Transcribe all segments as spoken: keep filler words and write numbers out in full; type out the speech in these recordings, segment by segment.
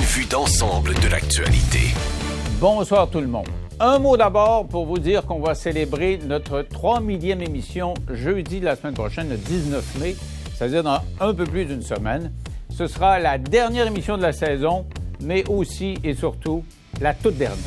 vue d'ensemble de l'actualité. Bonsoir tout le monde. Un mot d'abord pour vous dire qu'on va célébrer notre trois millième émission jeudi de la semaine prochaine, le dix-neuf mai, c'est-à-dire dans un peu plus d'une semaine. Ce sera la dernière émission de la saison, mais aussi et surtout la toute dernière.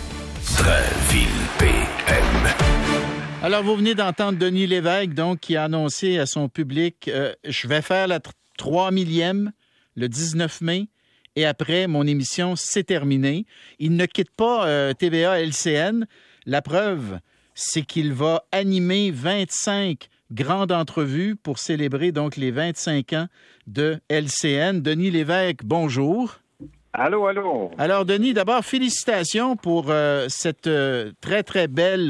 Drainville P M. Alors, vous venez d'entendre Denis Lévesque, donc, qui a annoncé à son public euh, « Je vais faire la trois millième le dix-neuf mai. Et après, mon émission, c'est terminé. » Il ne quitte pas euh, T V A L C N. La preuve, c'est qu'il va animer vingt-cinq grandes entrevues pour célébrer donc les vingt-cinq ans de L C N. Denis Lévesque, bonjour. Allô, allô. Alors, Denis, d'abord, félicitations pour euh, cette euh, très, très belle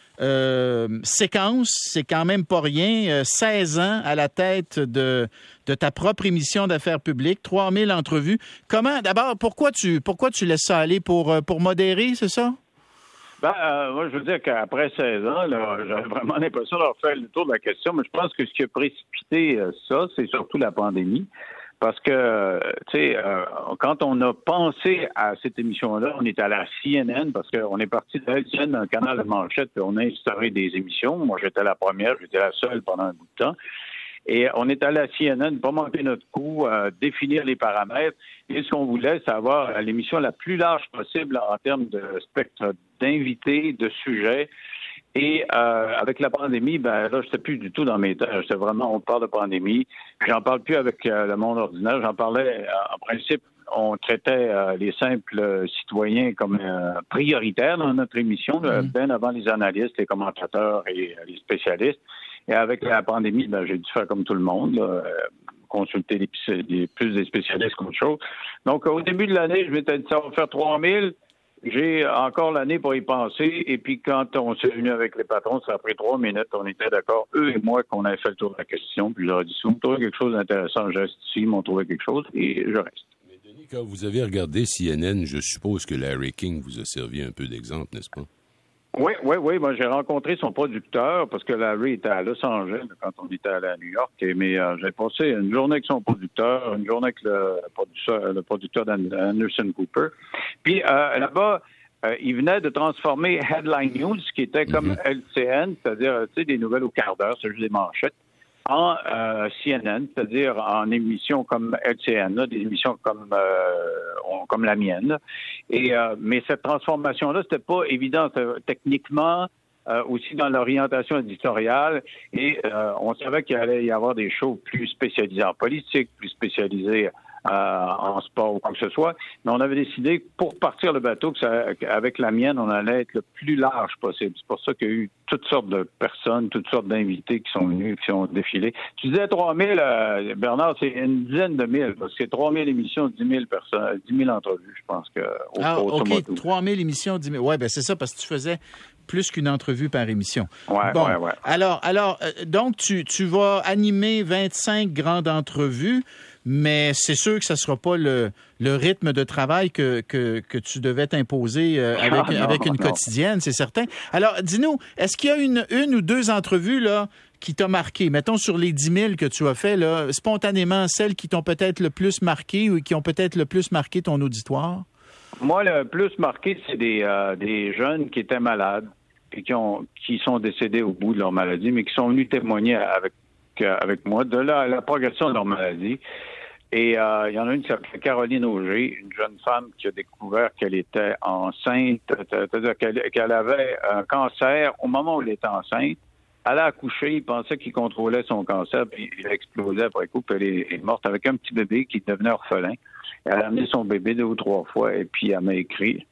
euh, séquence. C'est quand même pas rien. Euh, seize ans à la tête de... de ta propre émission d'affaires publiques, trois mille entrevues. Comment, d'abord, pourquoi tu pourquoi tu laisses ça aller pour, pour modérer, c'est ça? Ben, euh, moi, je veux dire qu'après seize ans, là, j'avais vraiment l'impression d'avoir fait le tour de la question, mais je pense que ce qui a précipité euh, ça, c'est surtout la pandémie. Parce que, tu sais, euh, quand on a pensé à cette émission-là, on est à la C N N, parce qu'on est parti de la L C N dans le canal de Manchette, puis on a instauré des émissions. Moi, j'étais la première, j'étais la seule pendant un bout de temps. Et on est allé à C N N, pas manquer notre coup, euh, définir les paramètres. Et ce qu'on voulait, c'est avoir l'émission la plus large possible en termes de spectre d'invités, de sujets. Et euh, avec la pandémie, ben là, je n'étais plus du tout dans mes terres. J'étais vraiment, on parle de pandémie. J'en parle plus avec euh, le monde ordinaire. J'en parlais, euh, en principe, on traitait euh, les simples citoyens comme euh, prioritaires dans notre émission, là, mmh. bien avant les analystes, les commentateurs et euh, les spécialistes. Et avec la pandémie, ben, j'ai dû faire comme tout le monde, là, euh, consulter les, les, plus des spécialistes qu'autre chose. Donc, au début de l'année, je m'étais dit, ça va faire trois mille. J'ai encore l'année pour y penser. Et puis, quand on s'est venu avec les patrons, ça a pris trois minutes. On était d'accord, eux et moi, qu'on avait fait le tour de la question. Puis, je leur ai dit, si vous me trouvez quelque chose d'intéressant, je reste ici. Ils m'ont trouvé quelque chose et je reste. Mais Denis, quand vous avez regardé C N N, je suppose que Larry King vous a servi un peu d'exemple, n'est-ce pas? Oui, oui, oui. Moi, j'ai rencontré son producteur parce que Larry était à Los Angeles quand on était allé à New York. Et, mais euh, j'ai passé une journée avec son producteur, une journée avec le producteur, le producteur d'Anderson Cooper. Puis euh, là-bas, euh, il venait de transformer Headline News, qui était comme mm-hmm. L C N, c'est-à-dire tu sais, des nouvelles au quart d'heure, c'est juste des manchettes, en euh, C N N, c'est-à-dire en émissions comme L C N, là, des émissions comme euh, on, comme la mienne. Là. Et euh, mais cette transformation-là, c'était pas évident euh, techniquement, euh, aussi dans l'orientation éditoriale. Et euh, on savait qu'il allait y avoir des shows plus spécialisés en politique, plus spécialisés euh, en sport ou quoi que ce soit. Mais on avait décidé, pour partir le bateau, que ça, avec la mienne, on allait être le plus large possible. C'est pour ça qu'il y a eu toutes sortes de personnes, toutes sortes d'invités qui sont venus, qui ont défilé. Tu disais trois mille, euh, Bernard, c'est une dizaine de mille, parce que c'est trois mille émissions, dix mille personnes, dix mille entrevues, je pense que. Au, ah, au OK, trois mille émissions, dix mille. Oui, bien c'est ça, parce que tu faisais plus qu'une entrevue par émission. Oui, bon, oui, oui. Alors, alors euh, donc, tu, tu vas animer vingt-cinq grandes entrevues, mais c'est sûr que ça ne sera pas le, le rythme de travail que, que, que tu devais t'imposer euh, avec, ah, non, avec une non. quotidienne, c'est certain. Alors, dis-nous, est-ce qu'il y a une, une ou deux entrevues là, qui t'ont marqué? Mettons sur les dix mille que tu as fait, là, spontanément, celles qui t'ont peut-être le plus marqué ou qui ont peut-être le plus marqué ton auditoire? Moi, le plus marqué, c'est des, euh, des jeunes qui étaient malades et qui, ont, qui sont décédés au bout de leur maladie, mais qui sont venus témoigner avec, euh, avec moi de la, la progression de leur maladie. Et euh, il y en a une qui s'appelle Caroline Auger, une jeune femme qui a découvert qu'elle était enceinte, c'est-à-dire qu'elle, qu'elle avait un cancer au moment où elle était enceinte. Elle a accouché, il pensait qu'il contrôlait son cancer, puis il a explosé après coup, puis elle est, est morte avec un petit bébé qui devenait orphelin. Elle a amené son bébé deux ou trois fois, et puis elle m'a écrit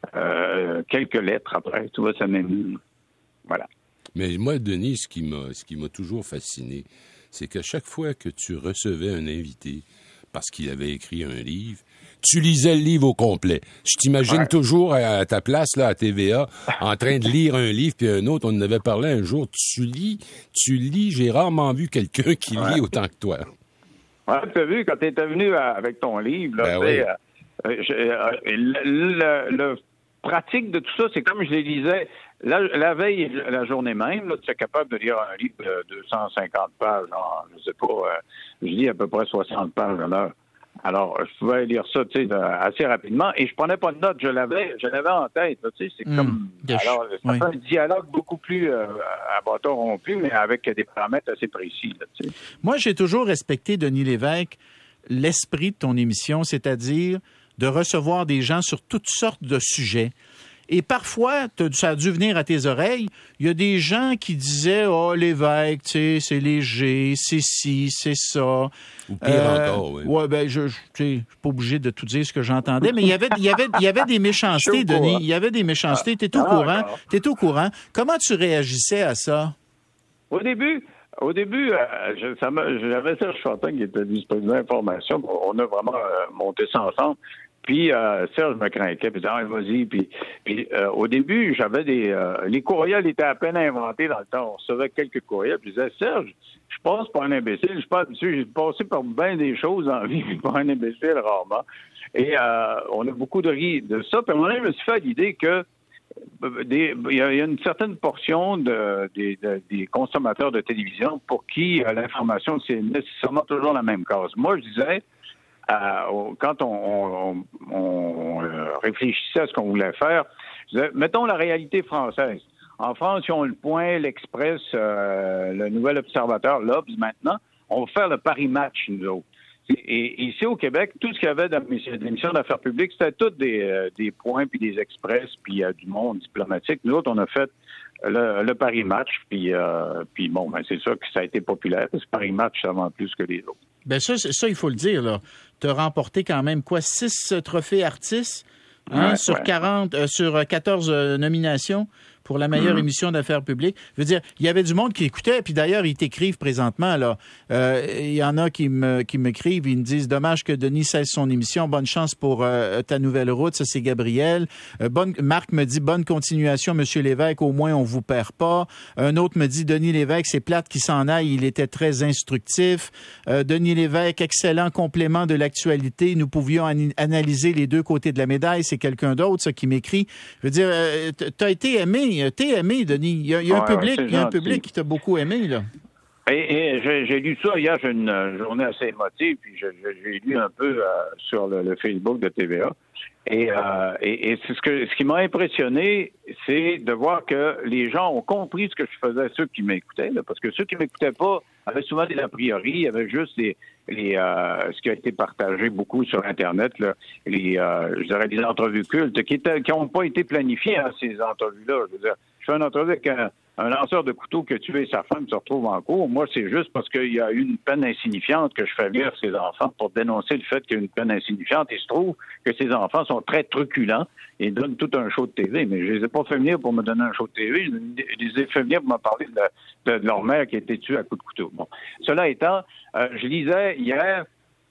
euh, quelques lettres après. Tu vois, ça m'a mis. Voilà. Mais moi, Denis, ce qui m'a, ce qui m'a toujours fasciné, c'est qu'à chaque fois que tu recevais un invité, parce qu'il avait écrit un livre, tu lisais le livre au complet. Je t'imagine ouais. toujours à ta place, là, à T V A, en train de lire un livre, puis un autre, on en avait parlé un jour, tu lis, tu lis, j'ai rarement vu quelqu'un qui ouais. lit autant que toi. Oui, tu as vu, quand tu étais venu avec ton livre, là, ben oui. euh, je, euh, le, le, le pratique de tout ça, c'est comme je les lisais la, la veille, la journée même, là, tu es capable de lire un livre de deux cent cinquante pages, genre, je sais pas, euh, je lis à peu près soixante pages à l'heure. Alors, je pouvais lire ça, tu sais, assez rapidement. Et je prenais pas de notes, je l'avais, je l'avais en tête, tu sais. C'est mmh, comme, alors, ça oui. fait un dialogue beaucoup plus euh, à bâton rompu, mais avec des paramètres assez précis, là, tu sais. Moi, j'ai toujours respecté, Denis Lévesque, l'esprit de ton émission, c'est-à-dire de recevoir des gens sur toutes sortes de sujets. Et parfois, ça a dû venir à tes oreilles, il y a des gens qui disaient « Oh, Lévesque, tu sais, c'est léger, c'est ci, c'est ça. » Ou pire euh, encore, oui. Ouais, ben, je, je, je suis pas obligé de tout dire ce que j'entendais, mais il y avait, il y avait, il y avait des méchancetés, Denis. Il y avait des méchancetés. T'es au courant. T'es au courant. Comment tu réagissais à ça? Au début, Au début, euh, je, ça me, j'avais Serge Fortin qui était vice-président d'information. On a vraiment euh, monté ça ensemble. Puis euh, Serge me craquait, puis disait ah, vas-y. Puis, puis euh, au début, j'avais des. Euh, les courriels étaient à peine inventés dans le temps. On recevait quelques courriels. Puis je disais Serge, je passe par un imbécile. Je suis pas habitué. J'ai passé par bien des choses en vie, mais pas un imbécile rarement. Et euh, on a beaucoup de ri de ça. Puis à un moment donné, je me suis fait l'idée que Des, il y a une certaine portion de, de, de, des consommateurs de télévision pour qui euh, l'information, c'est nécessairement toujours la même cause. Moi, je disais, euh, quand on, on, on euh, réfléchissait à ce qu'on voulait faire, je disais, mettons la réalité française. En France, ils ont le Point, l'Express, euh, le Nouvel Observateur, l'Obs maintenant. On va faire le Paris Match, nous autres. Et ici, au Québec, tout ce qu'il y avait d'émissions d'affaires publiques, c'était tous des, euh, des Points, puis des Express, puis euh, du Monde diplomatique. Nous autres, on a fait le, le Paris Match, puis, euh, puis bon, ben, c'est ça que ça a été populaire. Ce Paris Match, ça vend plus que les autres. Bien, ça, ça, il faut le dire, là. Tu as remporté quand même, quoi, six trophées artistes hein, ouais, sur, ouais. quarante, euh, sur quatorze euh, nominations pour la meilleure mmh. émission d'affaires publiques. Je veux dire, il y avait du monde qui écoutait, puis d'ailleurs, ils t'écrivent présentement, là. Euh, il y en a qui me qui m'écrivent, ils me disent, dommage que Denis cesse son émission, bonne chance pour euh, ta nouvelle route, ça c'est Gabriel. Euh, bonne, Marc me dit, bonne continuation, Monsieur Lévesque, au moins on vous perd pas. Un autre me dit, Denis Lévesque, c'est plate qu'il s'en aille, il était très instructif. Euh, Denis Lévesque, excellent complément de l'actualité, nous pouvions an- analyser les deux côtés de la médaille, c'est quelqu'un d'autre, ça, qui m'écrit. Je veux dire, euh, t'as été aimé, t'es aimé, Denis. Il y a, il y a un, ouais, public, il y a un public qui t'a beaucoup aimé, là. Et, et j'ai, j'ai lu ça hier, j'ai une journée assez émotive, puis je, je, j'ai lu un peu euh, sur le, le Facebook de T V A. Et, euh, et, et c'est ce, que, ce qui m'a impressionné, c'est de voir que les gens ont compris ce que je faisais, ceux qui m'écoutaient, là, parce que ceux qui m'écoutaient pas avaient souvent des a priori, il y avait juste les, les euh, ce qui a été partagé beaucoup sur Internet, là, les, euh, je dirais, des entrevues cultes qui étaient, qui n'ont pas été planifiées, hein, ces entrevues-là. Je veux dire, je fais une entrevue avec un, un lanceur de couteau qui a tué sa femme se retrouve en cours. Moi, c'est juste parce qu'il y a eu une peine insignifiante que je fais lire ses enfants pour dénoncer le fait qu'il y a une peine insignifiante. Il se trouve que ces enfants sont très truculents et donnent tout un show de T V. Mais je les ai pas fait venir pour me donner un show de T V. Je les ai fait venir pour me parler de, de, de leur mère qui a été tuée à coups de couteau. Bon. Cela étant, euh, je lisais hier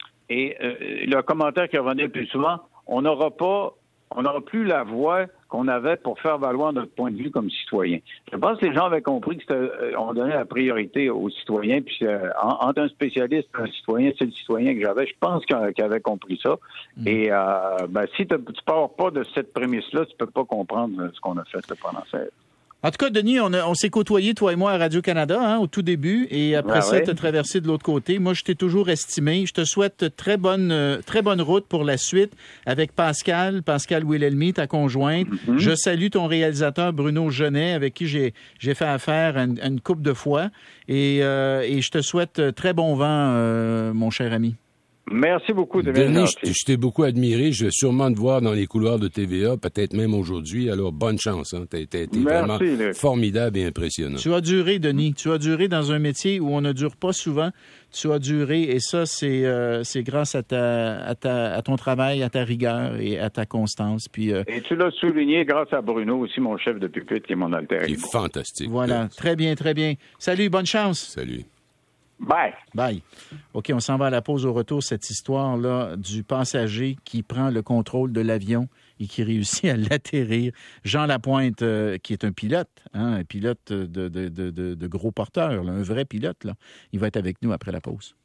et euh, le commentaire qui revenait le plus souvent, on n'aura pas on n'aura plus la voix qu'on avait pour faire valoir notre point de vue comme citoyen. Je pense que les gens avaient compris que c'était, on donnait la priorité aux citoyens, puis euh, entre un spécialiste et un citoyen, c'est le citoyen que j'avais. Je pense qu'ils avaient compris ça. Mmh. Et euh, ben, si tu ne pars pas de cette prémisse-là, tu peux pas comprendre ce qu'on a fait là, pendant ça. En tout cas, Denis, on, a, on s'est côtoyés, toi et moi, à Radio-Canada, hein, au tout début, et après ah, ça, ouais. tu as traversé de l'autre côté. Moi, je t'ai toujours estimé. Je te souhaite très bonne euh, très bonne route pour la suite avec Pascal, Pascal Wilhelmy, ta conjointe. Mm-hmm. Je salue ton réalisateur Bruno Genet, avec qui j'ai j'ai fait affaire une, une couple de fois. Et, euh, et je te souhaite très bon vent, euh, mon cher ami. Merci beaucoup. De Denis, je, je t'ai beaucoup admiré. Je vais sûrement te voir dans les couloirs de T V A, peut-être même aujourd'hui. Alors, bonne chance. Hein. Tu as été vraiment Luc. formidable et impressionnant. Tu as duré, Denis. Tu as duré dans un métier où on ne dure pas souvent. Tu as duré, et ça, c'est euh, c'est grâce à ta, à ta à ton travail, à ta rigueur et à ta constance. Puis, euh, et tu l'as souligné grâce à Bruno aussi, mon chef de pupitre, qui est mon alter ego. Qui est fantastique. Voilà, très bien, très bien. Salut, bonne chance. Salut. Bye. Bye. OK, on s'en va à la pause. Au retour, cette histoire-là du passager qui prend le contrôle de l'avion et qui réussit à l'atterrir. Jean Lapointe, euh, qui est un pilote, hein, un pilote de, de, de, de, de gros porteur, là, un vrai pilote, là. Il va être avec nous après la pause.